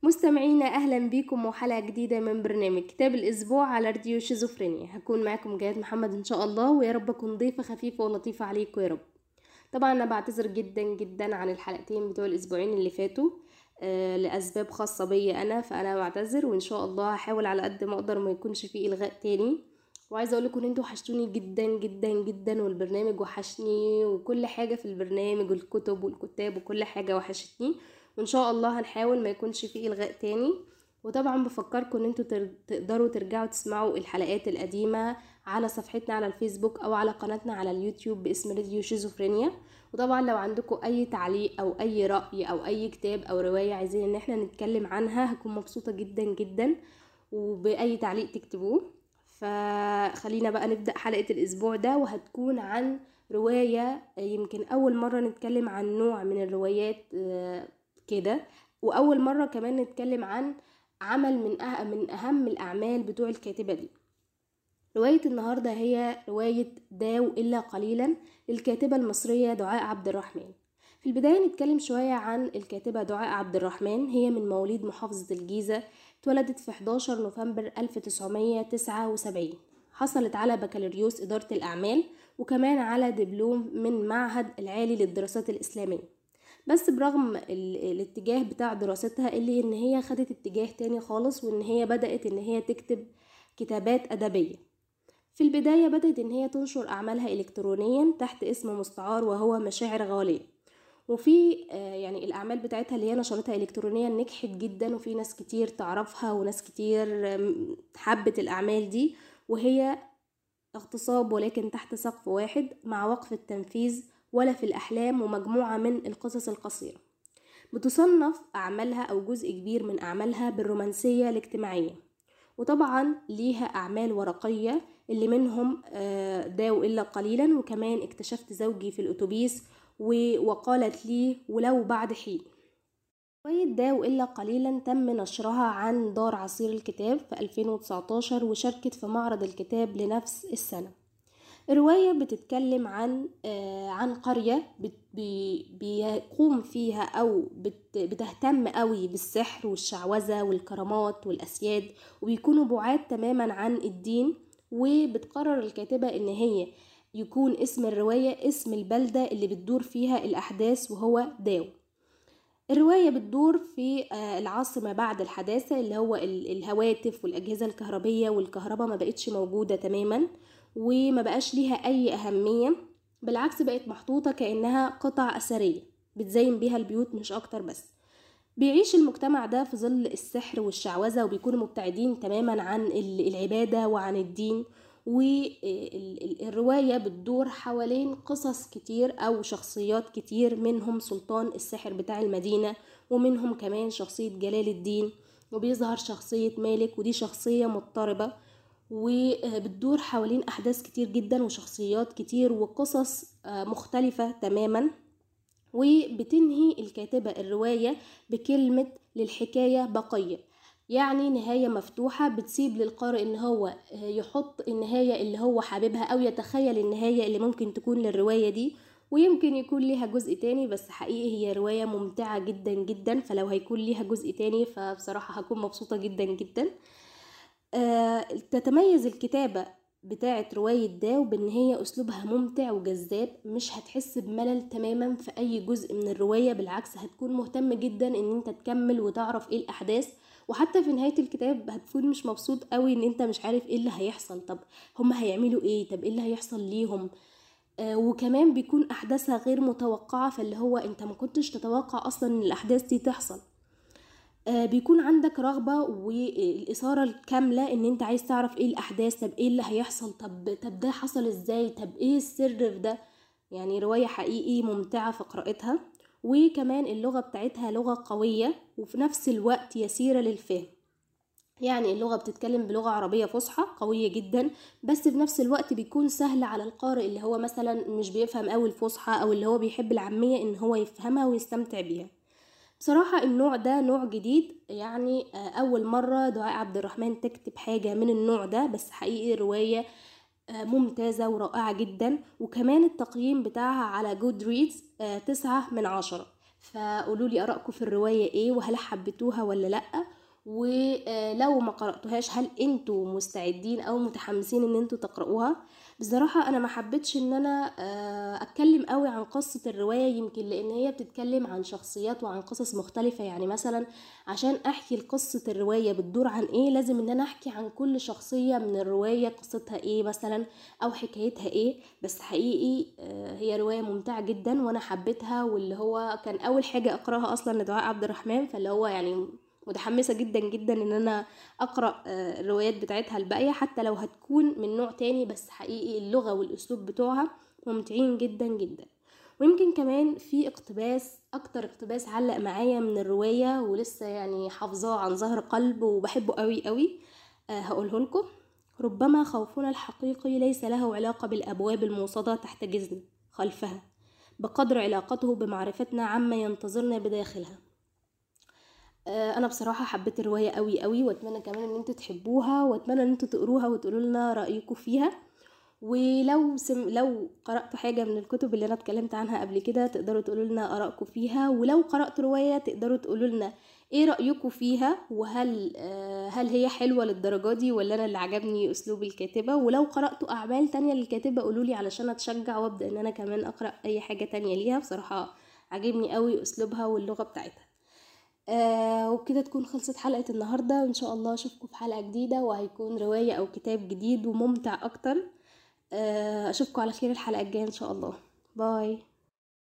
مستمعينا اهلا بيكم وحلقه جديده من برنامج كتاب الاسبوع على راديو شيزوفرينيا. هكون معاكم جهاد محمد ان شاء الله، ويا رب اكون ضيفه خفيفه ولطيفه عليكم يا رب. طبعا انا بعتذر جدا جدا عن الحلقتين بتوع الاسبوعين اللي فاتوا لاسباب خاصه بيا انا، فانا بعتذر وان شاء الله هحاول على قد ما اقدر ما يكونش فيه الغاء تاني. وعايزه اقول لكم ان انتوا وحشتوني جدا جدا جدا، والبرنامج وحشني وكل حاجه في البرنامج والكتب والكتاب وكل حاجه وحشتني، وان شاء الله هنحاول ما يكونش فيه الغاء تاني. وطبعا بفكركم ان انتوا تقدروا ترجعوا تسمعوا الحلقات القديمه على صفحتنا على الفيسبوك او على قناتنا على اليوتيوب باسم راديو شيزوفرينيا. وطبعا لو عندكم اي تعليق او اي رأي او اي كتاب او رواية عايزين ان احنا نتكلم عنها، هكون مبسوطة جدا جدا وبأي تعليق تكتبوه. فخلينا بقى نبدأ حلقة الاسبوع ده، وهتكون عن رواية يمكن اول مرة نتكلم عن نوع من الروايات كده، واول مرة كمان نتكلم عن عمل من اهم الاعمال بتوع الكاتبة دي. رواية النهاردة هي رواية داو إلا قليلا للكاتبة المصرية دعاء عبد الرحمن. في البداية نتكلم شوية عن الكاتبة دعاء عبد الرحمن. هي من مواليد محافظة الجيزة، اتولدت في 11 نوفمبر 1979. حصلت على بكالوريوس إدارة الأعمال وكمان على دبلوم من معهد العالي للدراسات الإسلامية. بس برغم الاتجاه بتاع دراستها اللي ان هي خدت اتجاه تاني خالص، وان هي بدأت ان هي تكتب كتابات أدبية. في البداية بدأت ان هي تنشر اعمالها الكترونيا تحت اسم مستعار وهو مشاعر غالية. وفي يعني الاعمال بتاعتها اللي هي نشرتها الكترونيا نجحت جدا، وفي ناس كتير تعرفها وناس كتير حبت الاعمال دي. وهي اغتصاب ولكن تحت سقف واحد، مع وقف التنفيذ، ولا في الاحلام، ومجموعة من القصص القصيرة. بتصنف اعمالها او جزء كبير من اعمالها بالرومانسية الاجتماعية. وطبعا ليها أعمال ورقية اللي منهم داو إلا قليلا، وكمان اكتشفت زوجي في الأتوبيس، وقالت لي ولو بعد حين. رواية داو إلا قليلا تم نشرها عن دار عصير الكتاب في 2019، وشاركت في معرض الكتاب لنفس السنة. الرواية بتتكلم عن قرية بيقوم فيها أو بتهتم قوي بالسحر والشعوذة والكرامات والأسياد، وبيكونوا بعاد تماما عن الدين. وبتقرر الكاتبة إن هي يكون اسم الرواية اسم البلدة اللي بتدور فيها الأحداث، وهو داو. الرواية بتدور في العصر ما بعد الحداثة، اللي هو الهواتف والأجهزة الكهربية والكهرباء ما بقتش موجودة تماما، وما بقاش ليها أي أهمية. بالعكس بقت محطوطة كأنها قطع أثرية بتزين بيها البيوت مش أكتر. بس بيعيش المجتمع ده في ظل السحر والشعوذة، وبيكونوا مبتعدين تماما عن العبادة وعن الدين. والرواية بتدور حوالين قصص كتير أو شخصيات كتير، منهم سلطان السحر بتاع المدينة، ومنهم كمان شخصية جلال الدين، وبيظهر شخصية مالك ودي شخصية مضطربة. وبتدور حوالين أحداث كتير جدا وشخصيات كتير وقصص مختلفة تماما. وبتنهي الكاتبة الرواية بكلمة للحكاية بقية، يعني نهاية مفتوحة بتسيب للقارئ ان هو يحط النهاية اللي هو حاببها او يتخيل النهاية اللي ممكن تكون للرواية دي. ويمكن يكون ليها جزء تاني، بس حقيقي هي رواية ممتعة جدا جدا، فلو هيكون ليها جزء تاني فبصراحة هكون مبسوطة جدا جدا. تتميز الكتابة بتاعة رواية داو بان هي اسلوبها ممتع وجذاب، مش هتحس بملل تماما في اي جزء من الرواية، بالعكس هتكون مهتم جدا ان انت تكمل وتعرف ايه الاحداث. وحتى في نهاية الكتاب هتكون مش مبسوط قوي ان انت مش عارف ايه اللي هيحصل، طب هم هيعملوا ايه، طب ايه اللي هيحصل ليهم. وكمان بيكون احداثها غير متوقعة، فاللي هو انت ما كنتش تتوقع اصلا ان الاحداث دي تحصل. بيكون عندك رغبة والإثارة الكاملة ان انت عايز تعرف ايه الأحداث، طب ايه اللي هيحصل، طب ده حصل ازاي، طب ايه السر في ده. يعني رواية حقيقي ممتعة في قراءتها. وكمان اللغة بتاعتها لغة قوية وفي نفس الوقت يسيرة للفهم. يعني اللغة بتتكلم بلغة عربية فصحى قوية جدا، بس في نفس الوقت بيكون سهل على القارئ اللي هو مثلا مش بيفهم قوي الفصحى او اللي هو بيحب العامية ان هو يفهمها ويستمتع بيها. بصراحة النوع ده نوع جديد، يعني أول مرة دعاء عبد الرحمن تكتب حاجة من النوع ده، بس حقيقي رواية ممتازة ورائعة جدا. وكمان التقييم بتاعها على جود ريدز 9/10. فقولوا لي ارائكم في الروايه ايه، وهل حبيتوها ولا لا، ولو ما قرأتوهاش هل انتوا مستعدين او متحمسين ان انتوا تقرأوها؟ بصراحة انا ما حبيتش ان انا اتكلم قوي عن قصة الرواية، يمكن لان هي بتتكلم عن شخصيات وعن قصص مختلفة. يعني مثلا عشان احكي قصة الرواية بتدور عن ايه لازم ان انا احكي عن كل شخصية من الرواية قصتها ايه مثلا او حكايتها ايه. بس حقيقي هي رواية ممتعة جدا وانا حبيتها، واللي هو كان اول حاجة اقراها اصلا لدعاء عبد الرحمن، فاللي هو يعني متحمسة جدا جدا ان انا اقرأ الروايات بتاعتها الباقية، حتى لو هتكون من نوع تاني، بس حقيقي اللغة والاسلوب بتوعها ممتعين جدا جدا. ويمكن كمان في اقتباس، اكتر اقتباس علق معايا من الرواية ولسه يعني حافظاه عن ظهر قلب وبحبه قوي قوي، هقوله لكم. ربما خوفنا الحقيقي ليس له علاقة بالابواب الموصدة تحت جزم خلفها، بقدر علاقته بمعرفتنا عما ينتظرنا بداخلها. انا بصراحه حبيت الروايه قوي قوي، واتمنى كمان ان انتوا تحبوها، واتمنى ان انتوا تقروها وتقولوا لنا رايكم فيها. ولو لو قراتوا حاجه من الكتب اللي انا اتكلمت عنها قبل كده تقدروا تقولوا لنا ارائكم فيها، ولو قراتوا روايه تقدروا تقولوا لنا ايه رايكم فيها، وهل هل هي حلوه للدرجه دي ولا انا اللي عجبني اسلوب الكاتبه. ولو قراتوا اعمال تانية للكاتبه قولوا لي علشان اتشجع وابدا ان انا كمان اقرا اي حاجه تانية ليها. بصراحه عجبني قوي اسلوبها واللغه بتاعتها. وبكده تكون خلصت حلقة النهاردة، وإن شاء الله أشوفكم في حلقة جديدة وهيكون رواية أو كتاب جديد وممتع أكتر. أشوفكم على خير الحلقة الجاية إن شاء الله. باي.